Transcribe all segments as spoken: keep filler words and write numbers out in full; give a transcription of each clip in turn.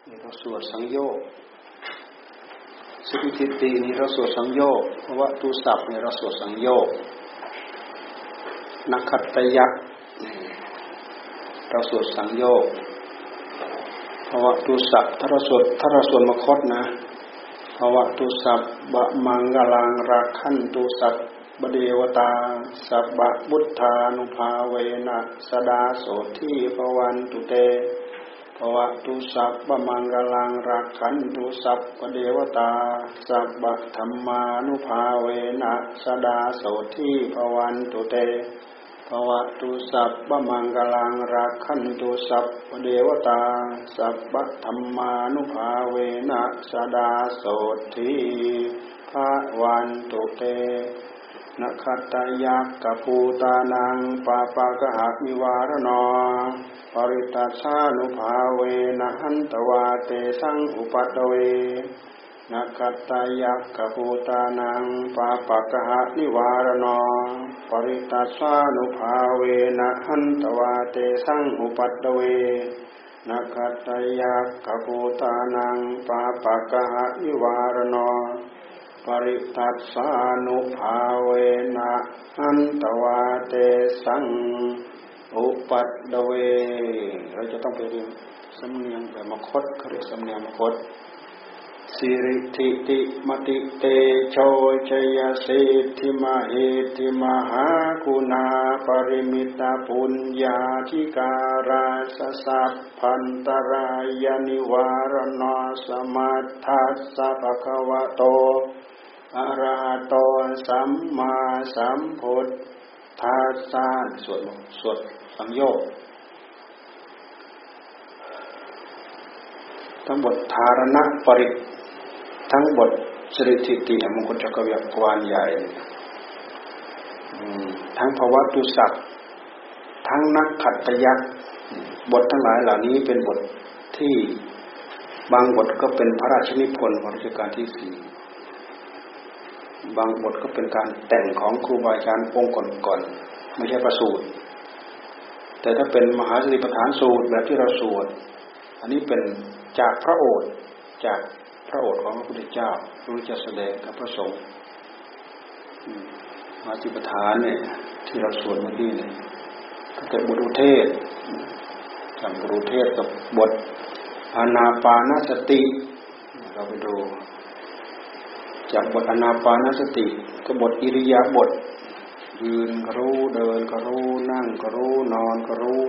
นี่เราสวดสังโยชน์สติทิฏฐินี่เราสวดสังโยชน์เพราะว่าตุสัพเนี่ยเราสวดสังโยชน์นักขัตตยักษ์เราสวดสังโยชน์เพราะว่าตุสัพถ้าเราสวดถ้าเราสวดมคธนะเพราะว่าตุสัพบะมังกลังราคันตุสัพบเดวตาสัพบะบุทธานุภาเวนะสดาโสทีภวันตุเตภวะตุสัพพะมังกลังรักขันตุสัพพะเดวตาสัพพะธัมมานุภาเวนะสดาโสทีภวันตุเตภวะตุสัพพะมังกลังรักขันตุสัพพะเดวตาสัพพะธัมมานุภาเวนะสดาโสทีภวันตุเตนะคัตตยักขภูตานังปาปากหะนิวารณอปริตัสสานุภาเวนะหันตวาเตสังอุปัตตเวนะคัตตยักขภูตานังปาปากหะนิวารณอปริตัสสานุภาเวนะหันตวาเตสังอุปัตตเวนะคัตตยักขภูตานังปาปากหะนิวารณอปริตัสสานุภาเวนะหันตวาเตสังอุปัตตเวเราจะต้องไปเรียนสำเนียงแบบมคธเขาเรียกสำเนียงมคธสิริทิติมติเตโชชยสิทธิมเหติมหาคุณาปริมิตาปุญญาธิการาสสัพพันตรายนิวารณสมัทธัสสะภะคะวะโตอะระหะโตสัมมาสัมพุทธัสสะสวดสวดสังโยชน์ทั้งบทธารณปริตทั้งบทสริทิติมงคลจักรวรรดิกวานใหญ่ทั้งภวตุสัพทั้งนักขัตตยักษ์บททั้งหลายเหล่านี้เป็นบทที่บางบทก็เป็นพระราชนิพนธ์ของรัชกาลที่สี่บางบทก็เป็นการแต่งของครูบาอาจารย์องค์ก่อนๆไม่ใช่ประสูตรแต่ถ้าเป็นมหาสติปัฏฐานสูตรแบบที่เราสวดอันนี้เป็นจากพระโอษฐ์จากพระโอษฐ์ของพระพุทธเจ้าพระพุทธเจ้าแสดงกับพระสงฆ์มหาสติปัฏฐานเนี่ยที่เราสวดเมื่อกี้เนี่ยตั้งแต่บทอุเทศจำบทอุเทศกับบทอานาปานสติเราไปดูจากบทอานาปานสติกับบทอิริยาบถยืนก็รู้เดินก็รู้นั่งก็รู้นอนก็รู้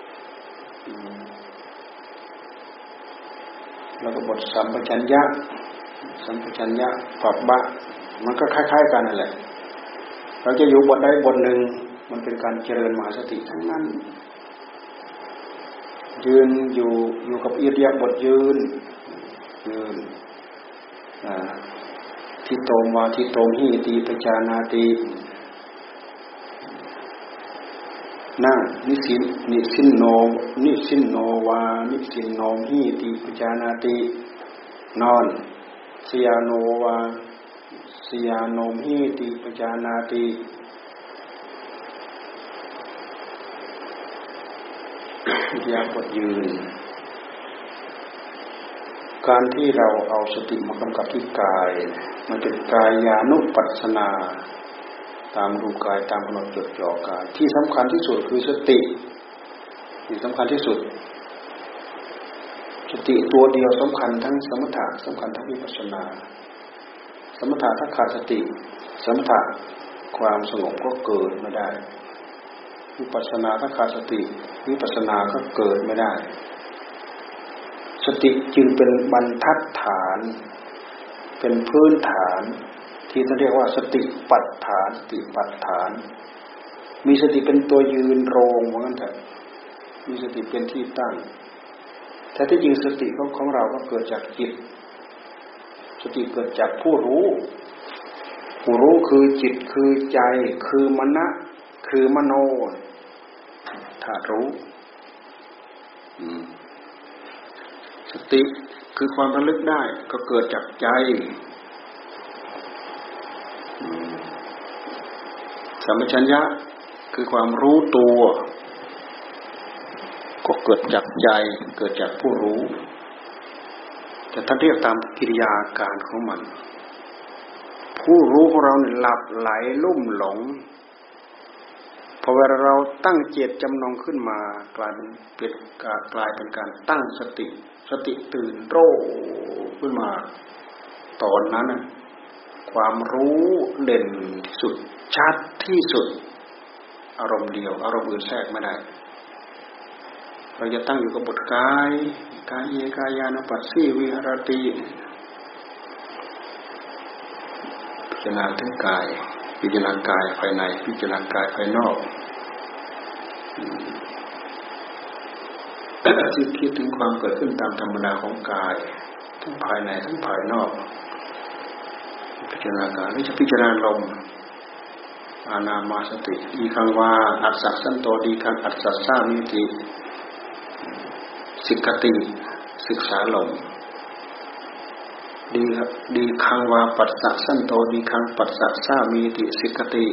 แล้วก็บทสัมปชัญญะสัมปชัญญะปัปบะมันก็คล้ายๆกันนั่นแหละเราจะอยู่บทใดบทหนึ่งมันเป็นการเจริญมหาสติทั้งนั้นยืนอยู่อยู่กับอิริยาบถยืนยืนทิโตมวาทิโตมหิติปจานาตินั่งนิสินนิสินโนนิสินโนวานิสินโนหิติปจานาตินอนสยาโนวาสยาโนหิติปจานาติอิริยาบถยืนการที่เราเอาสติมากำกับที่กายมันเป็นกายานุปัสสนาตามรูปกายตามกำหนดจดจ่อกายที่สำคัญที่สุดคือสติที่สำคัญที่สุดสติตัวเดียวสำคัญทั้งสมถะสำคัญทั้งวิปัสสนาสมถะถ้าขาดสติสมถะความสงบก็เกิดไม่ได้วิปัสสนาถ้าขาดสติวิปัสสนาก็เกิดไม่ได้สติจึงเป็นบรรทัดฐานเป็นพื้นฐานที่ท่านเรียกว่าสติปัฏฐานสติปัฏฐานมีสติเป็นตัวยืนโรงเหมือนกันแต่มีสติเป็นที่ตั้งแต่ที่จริงสติของของเราก็เกิดจากจิตสติเกิดจากผู้รู้ผู้รู้คือจิตคือใจคือมนะคือมโนธาตุรู้สติคือความระลึกได้ก็เกิดจากใจสัมปชัญญะคือความรู้ตัวก็เกิดจากใจเกิดจากผู้รู้แต่ท่านเรียกตามกิริยาอาการของมันผู้รู้ของเราเนี่ยหลับไหลลุ่มหลงพอเวลาเราตั้งเจตจำนงขึ้นมากลายเป็นเป็นกลายเป็นการตั้งสติสติตื่นโรขึ้นมาตอนนั้นนะความรู้เด่นที่สุดชัดที่สุดอารมณ์เดียวอารมณ์อื่นแทรกไม่ได้เราจะตั้งอยู่กับบทกายกายเยกายานุปัสสีวิหารติพิจารณาถึงกายพิจารณากายภายในพิจารณากายภายนอกที่คิดถึงความเกิดขึ้นตามธรรมดาของกายทั้งภายในทั้งภายนอกพิจารณากายหรือจะพิจารณาลมอานามาสติดีคังว่าอัสสะสันโตดีคังอัสสะสามิติสิกขติศึกษาลมดีดีคังว่าปัสสะสันโตดีคังปัสสะสามิติสิกขติ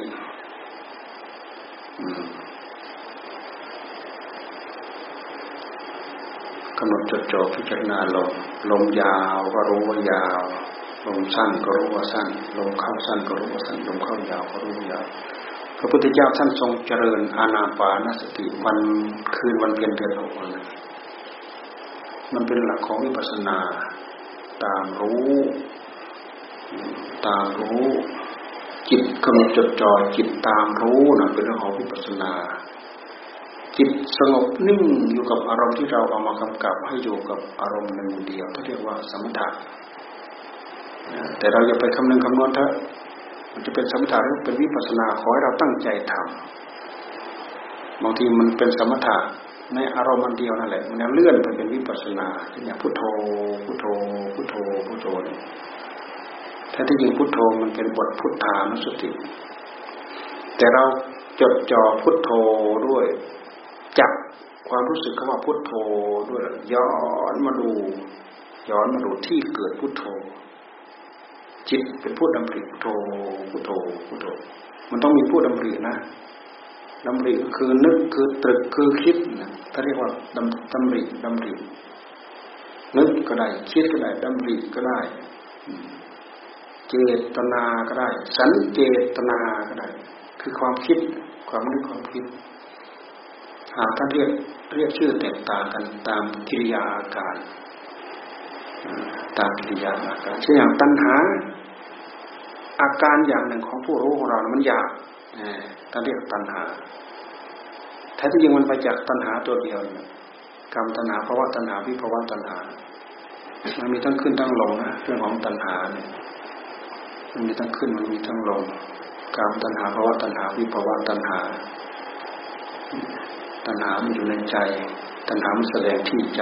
กำหนดจดจ่อพิจารณาลมลมยาวก็รู้ว่ายาวลมสั้นก็รู้ว่าสั้นลมเข้าสั้นก็รู้ว่าสั้นลมเข้ายาวก็รู้ว่ายาวพระพุทธเจ้าท่านทรงเจริญอานาปานสติวันคืนวันเพ็ญเดือนหกวันมันเป็นหลักของวิปัสสนาตามรู้ตามรู้จิตกำหนดจดจ่อจิตตามรู้นะเป็นเรื่องของวิปัสสนาจิตสงบนิ่งอยู่กับอารมณ์ที่เราเอามากำกับให้อยู่กับอารมณ์หนึ่งเดียวที่เรียกว่าสมถะแต่เราอย่าไปคำนึงคำนวณเถอะมันจะเป็นสมถะหรือเป็นวิปัสสนาขอให้เราตั้งใจทำบางทีมันเป็นสมถะในอารมณ์อันเดียวนั่นแหละมันเลื่อนไปเป็นวิปัสสนาเช่นอย่างพุทโธพุทโธพุทโธพุทโธแท้ที่จริงพุทโธมันเป็นบทพุทธานุสติแต่เราจดจ่อพุทโธด้วยจับความรู้สึกคำว่าพุทโธด้วยย้อนมาดูย้อนมาดูที่เกิดพุทโธจิตเป็นผู้ดำริพุทโธพุทโธพุทโธมันต้องมีผู้ดำรินะดำริคือนึกคือตรึกคือคิดนะถ้าเรียกว่าดำดำริดำรินึกก็ได้คิดก็ได้ดำริก็ได้เจตนาก็ได้สัญเจตนาก็ได้คือความคิดความนึกความคิดหากท่านเรียกเรียกชื่อแตกต่างกันตามกิริยาอาการตามกิริยาอาการเช่นอย่างตัณหาอาการอย่างหนึ่งของผู้รู้ของเรามันหยาบท่านเรียกตัณหาแท้ที่จริงมันไปจากตัณหาตัวเดียวกรรมตัณหาภวะตัณหาวิภวะตัณหามันมีทั้งขึ้นทั้งลงนะเรื่องของตัณหาเนี่ยมันมีทั้งขึ้นมันมีทั้งลงกรรมตัณหาภวะตัณหาวิภวะตัณหาตัณหามันอยู่ในใจตัณหามันแสดงที่ใจ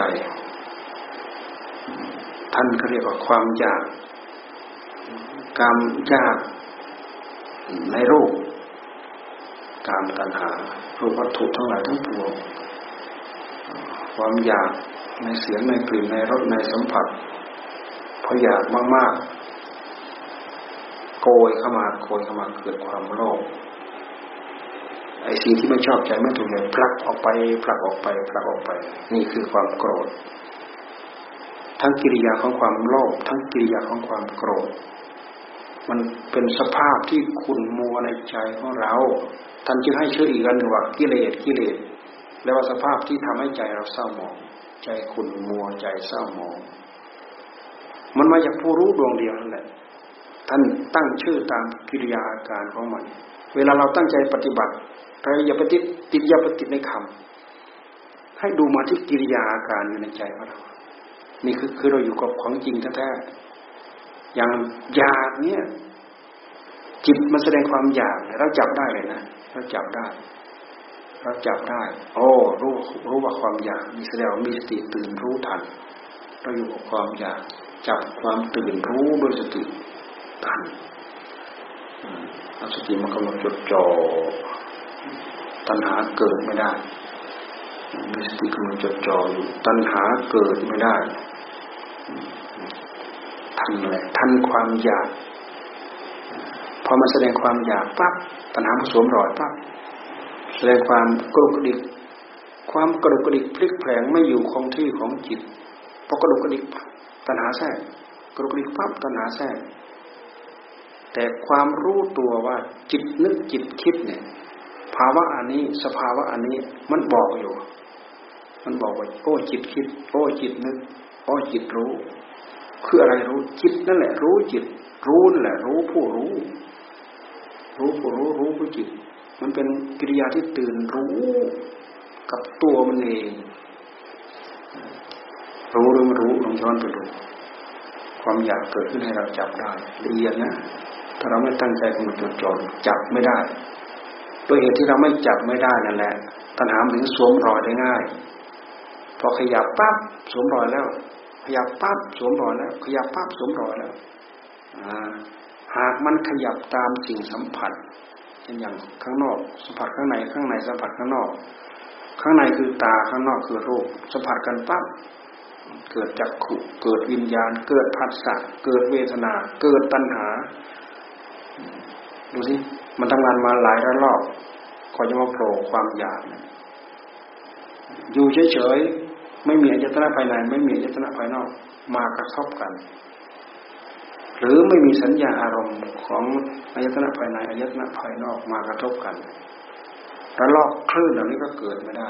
ท่านก็เรียกว่าความอยากกรรมอยากในรูปกามตัณหารูปวัตถุทั้งหลายทั้งปวงความอยากในเสียงในกลิ่นในรสในสัมผัสพออยากมากๆโกยเข้ามาโกยเข้ามาเกิดความโลภไอ้สิ่งที่ไม่ชอบใจไม่ถูกใจผลักออกไปผลักออกไปผลักออกไปนี่คือความโกรธทั้งกิริยาของความโลภทั้งกิริยาของความโกรธมันเป็นสภาพที่ขุ่นมัวในใจของเราท่านจึงให้ชื่ออีกอันหนึ่งว่ากิเลสกิเลสแปลว่าสภาพที่ทำให้ใจเราเศร้าหมองใจขุ่นมัวใจเศร้าหมองมันมาจากผู้รู้ดวงเดียวนั่นแหละท่านตั้งชื่อตามกิริยาอาการของมันเวลาเราตั้งใจปฏิบัติเราอย่าไปติดติดอย่าไปติดในคำให้ดูมาที่กิริยาอาการอยู่ในใจของเรานี่คือคือเราอยู่กับของจริงแท้ๆอย่างอยากเนี่ยจิตมันแสดงความอยากเราจับได้เลยนะเราจับได้เราจับได้โอ้รู้รู้ว่าความอยากมีแสดงว่ามีสติตื่นรู้ทันเราอยู่กับความอยากจับความตื่นรู้ด้วยสติทันเอาสติมันกำลังจดจ่อตัณหาเกิดไม่ได้มีสติกำลังจดจ่ออยู่ตัณหาเกิดไม่ได้ทันเลยทันความอยากพอมันแสดงความอยากปั๊บตัณหามันสวมรอยปั๊บแสดงความกระดุกกระดิกความกระดุกกระดิกพลิกแปลงไม่อยู่คงที่ของจิตพอกระดุกกระดิกตัณหาแทรกกรุกริกปั๊บตัณหาแทรกแต่ความรู้ตัวว่าจิตนึกจิตคิดเนี่ยภาวะอันนี้สภาวะอันนี้มันบอกอยู่มันบอกว่าโอ้จิตคิดโอ้จิตนึกโอ้จิตรู้คืออะไรรู้จิตนั่นแหละรู้จิตรู้นั่นแหละรู้ผู้รู้รู้ผู้รู้รู้ผู้จิตมันเป็นกิริยาที่ตื่นรู้กับตัวมันเองรู้หรือไม่รู้ลองย้อนไปดูความอยากเกิดขึ้นให้เราจับได้ละเอียดนะถ้าเราไม่ตั้งใจกำหนดจดจ่อจับไม่ได้โดยเหตุที่เราไม่จับไม่ได้นั่นแหละตัณหาถึงสวมรอยได้ง่ายพอขยับปั๊บสวมรอยแล้วขยับปั๊บสวมรอยแล้วขยับปั๊บสวมรอยแล้วหากมันขยับตามสิ่งสัมผัสเช่นอย่างข้างนอกสัมผัสข้างในข้างในสัมผัสข้างนอกข้างในคือตาข้างนอกคือรูปสัมผัสกันปั๊บเกิดจักขุเกิดวิญญาณเกิดผัสสะเกิดเวทนาเกิดตัณหาดูสิมันทำงานมาหลายระลอกก็จะมาโผล่ความอยากอยู่เฉยๆไม่มีอายตนะภายในไม่มีอายตนะภายนอกมากระทบกันหรือไม่มีสัญญาอารมณ์ของอายตนะภายในอายตนะภายนอกมากระทบกันระลอกคลื่นเหล่านี้ก็เกิดไม่ได้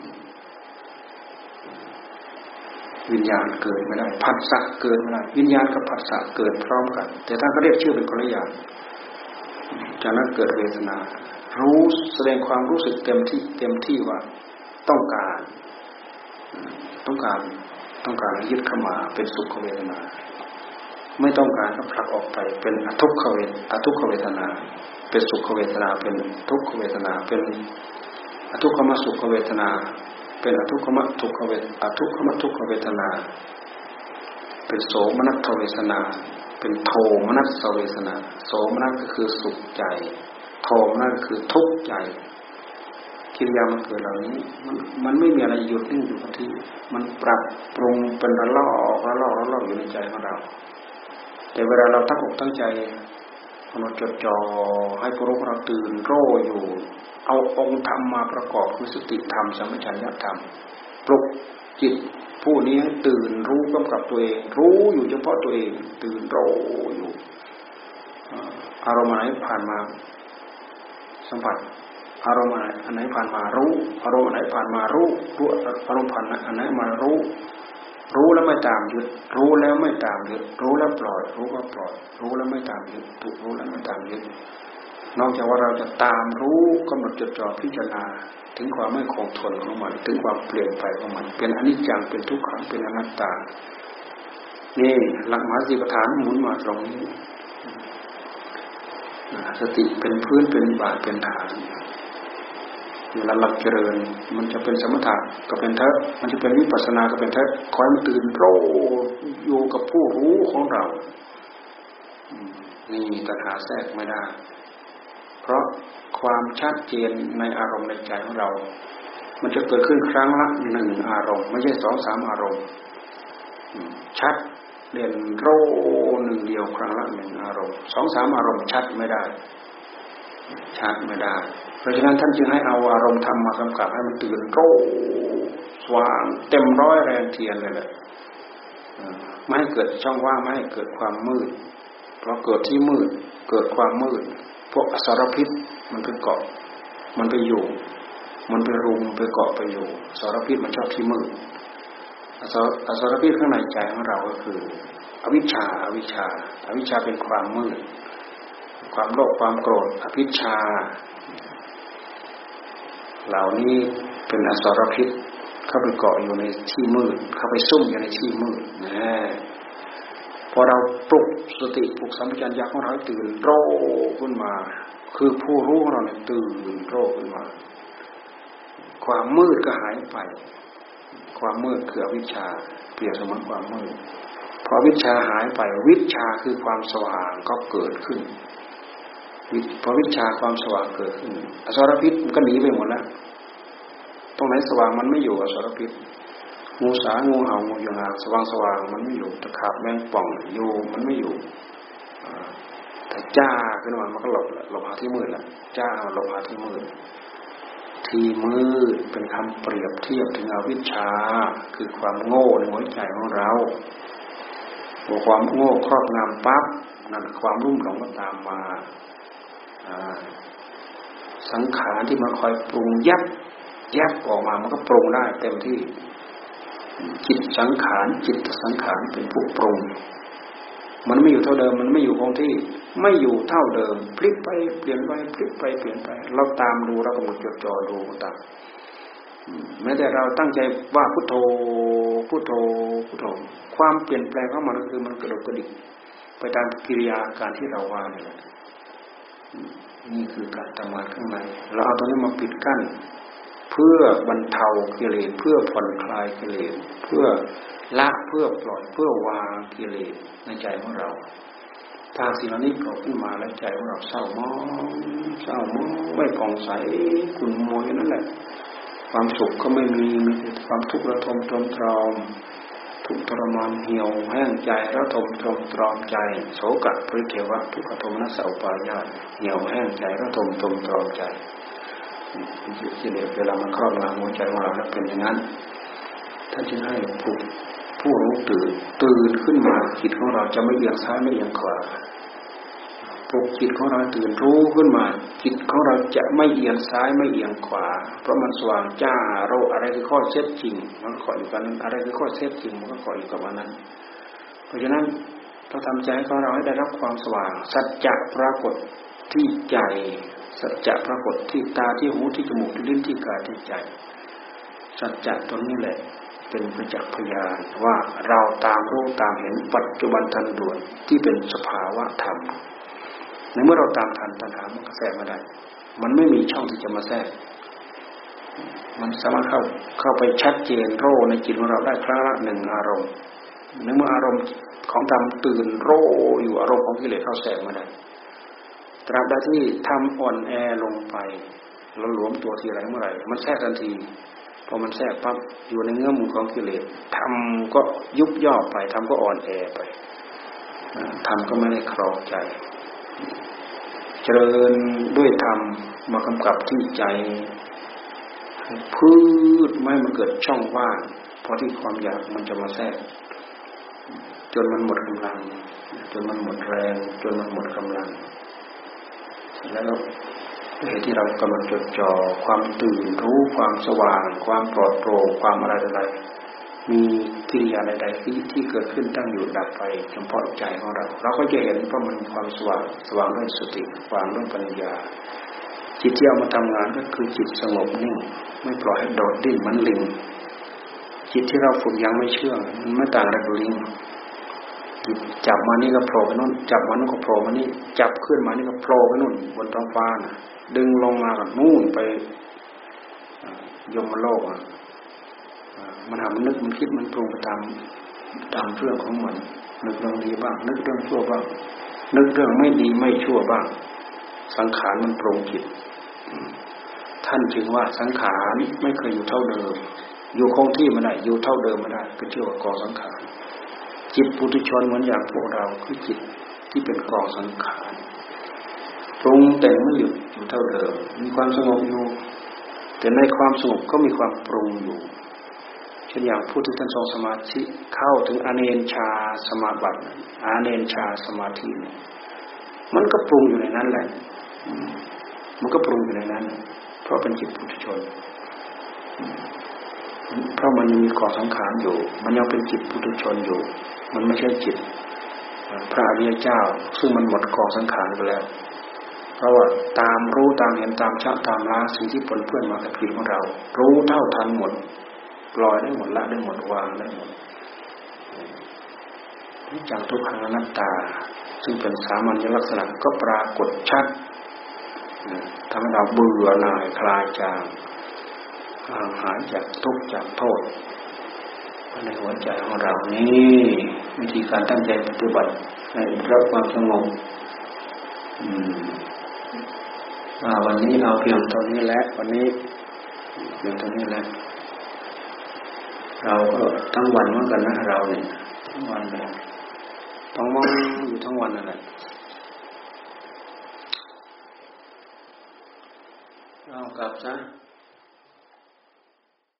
วิญญาณเกิดไม่ได้ผัสสะเกิดไม่ได้วิญญาณกับผัสสะเกิดพร้อมกันแต่ท่านก็เรียกชื่อเป็นคนละอย่างจากนั้นเกิดเวทนารู้แสดงความรู้สึกเต็มที่เต็มที่ว่าต้องการต้องการต้องการยึดเข้ามาเป็นสุขเวทนาไม่ต้องการก็ผลักออกไปเป็นอทุกขเวทอทุกขเวทนาเป็นสุขเวทนาเป็นทุกขเวทนาเป็นอทุกขมสุขเวทนาเป็นอทุกขมทุกขเวทอทุกขมทุกขเวทนาเป็นโสมนัสเวทนาเป็นโทมนัสเวทนาโสมนัสก็คือสุขใจโทมนัสก็คือทุกข์ใจกิริยามันเกิดเหล่านี้มันมันไม่มีอะไรหยุดนิ่งอยู่กับที่มันปรับปรุงเป็นระลอกระลอกระลอกอยู่ในใจของเราแต่เวลาเราตั้งอกตั้งใจกำหนดจดจ่อให้ผู้รู้เราตื่นรู้อยู่เอาองค์ธรรมมาประกอบคือสติธรรมสัมปชัญญะธรรมปลุกจิตผู้นี้ให้ตื่นรู้กำกับตัวเองรู้อยู่เฉพาะตัวเองตื่นรู้อยู่อารมณ์ไหนผ่านมาสัมผัสอารมณ์ไหนอันไหนผ่านมารู้อารมณ์ไหนผ่านมารู้รู้อารมณ์ผ่านอันไหนมารู้รู้แล้วไม่ตามยึดรู้แล้วไม่ตามยึดรู้แล้วปล่อยรู้ก็ปล่อยรู้แล้วไม่ตามยึดถูกรู้แล้วไม่ตามยึดนอกจากว่าเราจะตามรู้กำหนดจดจ่อพิจารณาถึงความไม่คงทนของมันถึงความเปลี่ยนไปของมันเป็นอนิจจังเป็นทุกขังเป็นอนัตตานี่หลักมหาสติปัฏฐานหมุนมาตรงนี้สติเป็นพื้นเป็นบาทเป็นฐานเวลาเราเจริญมันจะเป็นสมถะก็เป็นเถอะมันจะเป็นวิปัสสนาก็เป็นเถอะคอยมันตื่นรู้อยู่กับผู้รู้ของเรานี่ตัณหาแทรกไม่ได้เพราะความชัดเจนในอารมณ์ในใจของเรามันจะเกิดขึ้นครั้งละหนึ่งอารมณ์ไม่ใช่สองสามอารมณ์ชัดเด่นโรหนึ่งเดียวครั้งละหนึ่งอารมณ์สองสามอารมณ์ชัดไม่ได้ชัดไม่ได้เพราะฉะนั้นท่านจึงให้เอาอารมณ์ธรรมมากำกับให้มันตื่นโรสว่างเต็มร้อยแรงเทียนเลยแหละไม่ให้เกิดช่องว่างไม่ให้เกิดความมืดเพราะเกิดที่มืดเกิดความมืดพวกอสรพิษมันไปเกาะมันไปอยู่มันไปรุมไปเกาะไปอยู่อสรพิษมันชอบที่มืดอสรอสรพิษข้างในใจของเราก็คืออวิชชาอวิชชาอวิชชาเป็นความมืดความโลภความโกรธอภิชาเหล่านี้เป็นอสรพิษเข้าไปเกาะอยู่ในที่มืดเข้าไปซุ่มอยู่ในที่มืดนะพอเราปลุกสติปลุกสัมปชัญญะของเราตื่นโรขึ้นมาคือผู้รู้ของเราเนี่ยตื่นโรขึ้นมาความมืดก็หายไปความมืดคืออวิชชาเปรียบเสมือนความมืดพอวิชชาหายไปวิชาคือความสว่างก็เกิดขึ้นพอวิชาความสว่างเกิดขึ้นอสรพิษมันก็หนีไปหมดแล้วตรงไหนสว่างมันไม่อยู่อสรพิษงูสางูเห่างูยางสว่างสว่างมันไม่อยู่ตะขาบแมงป่องอยู่มันไม่อยู่แต่จ้าขึ้นมามันก็หลบหลบหาที่มืดละจ้าหลบหาที่มืดที่มืดเป็นคำเปรียบเทียบถึงอวิชชาคือความโง่ในหัวใจของเราพอความโง่ครอบงำปั๊บนั่นความรุ่มหลงก็ตามมาสังขารที่มันคอยปรุงยับยับออกมามันก็ปรุงได้เต็มที่จิตสังขารจิตสังขารเป็นผู้ปรุงมันไม่อยู่เท่าเดิมมันไม่อยู่คงที่ไม่อยู่เท่าเดิมพลิกไปเปลี่ยนไปพลิกไปเปลี่ยนไปเราตามดูเรากำหนดจดจ่อดูตามแม้แต่เราตั้งใจว่าพุทโธพุทโธพุทโธความเปลี่ยนแปลงของมันก็คือมันกระโดดกระดิกไปตามกิริยาการที่เราว่านี่แหละนี่คือการทำงานข้างในเราเอาตัวนี้มาปิดกั้นเพื่อบรรเทากิเลสเพื่อผ่อนคลายกิเลสเพื่อละเพื่อปล่อยเพื่อวางกิเลสในใจของเราถ้าสิ่งเหล่านี้โผล่ขึ้นมาแล้วใจของเราเศร้าหมองเศร้าหมองไม่ผ่องใสขุ่นมัวอย่างนั้นแหละความสุขก็ไม่มีมีแต่ความทุกข์ระทมตรมตรอมทุกข์ทรมานเหี่ยวแห้งใจระทมตรมตรอมใจโศกะปริเทวะทุกขโทมนัสสะอุปาญาตเหี่ยวแห้งใจระทมตรมตรอมใจกิเลสเวลามันครอบงำหัวใจของเราแล้วเป็นอย่างนั้นท่านจึงให้ผู้ผู้รู้ตื่นตื่นขึ้นมาจิตของเราจะไม่เอียงซ้ายไม่เอียงขวาปลุกจิตของเราตื่นรู้ขึ้นมาจิตของเราจะไม่เอียงซ้ายไม่เอียงขวาเพราะมันสว่างจ้าโรอะไรคือข้อเท็จจริงมันก็อยู่กันนั้นอะไรคือข้อเท็จจริงมันก็อยู่กับมันนั้นเพราะฉะนั้นเราทำใจของเราให้ได้รับความสว่างสัจจะปรากฏที่ใจสัจจะปรากฏที่ตาที่หูที่จมูกที่ลิ้นที่กายที่ใจสัจจะตรงนี้แหละเป็นประจักษ์พยานว่าเราตามรู้ตามเห็นปัจจุบันทันด่วนที่เป็นสภาวะธรรมในเมื่อเราตามทันตัณหามันก็แทรกไม่ได้มันไม่มีช่องที่จะมาแทรกมันสามารถเข้าเข้าไปชัดเจนโรในจิตของเราได้ครั้งละหนึ่งอารมณ์ในเมื่ออารมณ์ของธรรมตื่นโรอยู่อารมณ์ของกิเลสเข้าแทรกไม่ได้ตราบใดที่ทำอ่อนแอลงไปเราหลวมตัวทีไรเมื่อไหร่มันแทรกทันทีพอมันแทรกปั๊บอยู่ในเงื่อมมือของกิเลสทำก็ยุบย่อไปทำก็อ่อนแอไปทำก็ไม่ได้ครองใจเจริญด้วยธรรมมากำกับที่ใจพืชไม่มันเกิดช่องว่างเพราะที่ความอยากมันจะมาแทรกจนมันหมดกำลังจนมันหมดแรงจนมันหมดกำลังแล้วเหตุที่เรากำลังจดจ่อความตื่นรู้ความสว่างความปลอดโปร่งความอะไรใดๆมีกิริยาใดๆที่ที่เกิดขึ้นตั้งอยู่ดับไปเฉพาะใจของเราเราก็จะเห็นเพราะมันความสว่างสว่างด้วยสติสว่างด้วยปัญญาจิตที่เอามาทำงานก็คือจิตสงบนิ่งไม่ปล่อยให้โดดดิ้นเหมือนลิงจิตที่เราฝึกยังไม่เชื่องมันไม่ต่างอะไรกับลิงจับมานี่ก็โผล่ไปนู่นจับมานู่นก็โผล่มานี่จับขึ้นมานี่ก็โผล่ไปนู่นบนท้องฟ้าน่ะดึงลงมากับนู่นไปยมโลกอ่ะมันหามันนึกมันคิดมันปรุงไปตามตามเรื่องของมันนึกเรื่องดีบ้างนึกเรื่องชั่วบ้างนึกเรื่องไม่ดีไม่ชั่วบ้างสังขารมันปรุงจิตท่านจึงว่าสังขารไม่เคยอยู่เท่าเดิมอยู่คงที่ไม่ได้อยู่เท่าเดิมไม่ได้ก็ชื่อว่ากองสังขารจิตปุถุชนเหมือนอย่างพวกเราคือจิตที่เป็นกองสังขารปรุงแต่งไม่หยุดอยู่เท่าเดิมมีความสงบอยู่แต่ในความสงบก็มีความปรุงอยู่เช่นอย่างผู้ที่ท่านทรงสมาธิเข้าถึงอเนญชาสมาบัติอเนญชาสมาธิมันก็ปรุงอยู่ในนั้นแหละมันก็ปรุงอยู่ในนั้นเพราะเป็นจิตปุถุชนเพราะมันยังมีกองสังขารอยู่มันยังเป็นจิตปุถุชนอยู่มันไม่ใช่จิตพระอริยเจ้าซึ่งมันหมดกองสังขารไปแล้วเพราะว่าตามรู้ตามเห็นตามชะตามล้างสิ่งที่ปนเปื้อนมากับจิตของเรารู้เท่าทันหมดปล่อยได้หมดละได้หมดวางได้หมดจากทุกขังอนัตตาซึ่งเป็นสามัญลักษณะก็ปรากฏชัดทำให้เราเบื่อหน่ายคลายจางห่างหายจากทุกข์จากโทษในหัวใจของเรานี่วิธีการตั้งใจปฏิบัติให้รับความสงบวันนี้เอาเพียงเท่านี้แหละวันนี้เพียงเท่านี้แหละเราก็ทั้งวันเหมือนกันนะเราเนี่ยทั้งวันเลยต้องมองอยู่ทั้งวันนั่นแหละเอากลับซะ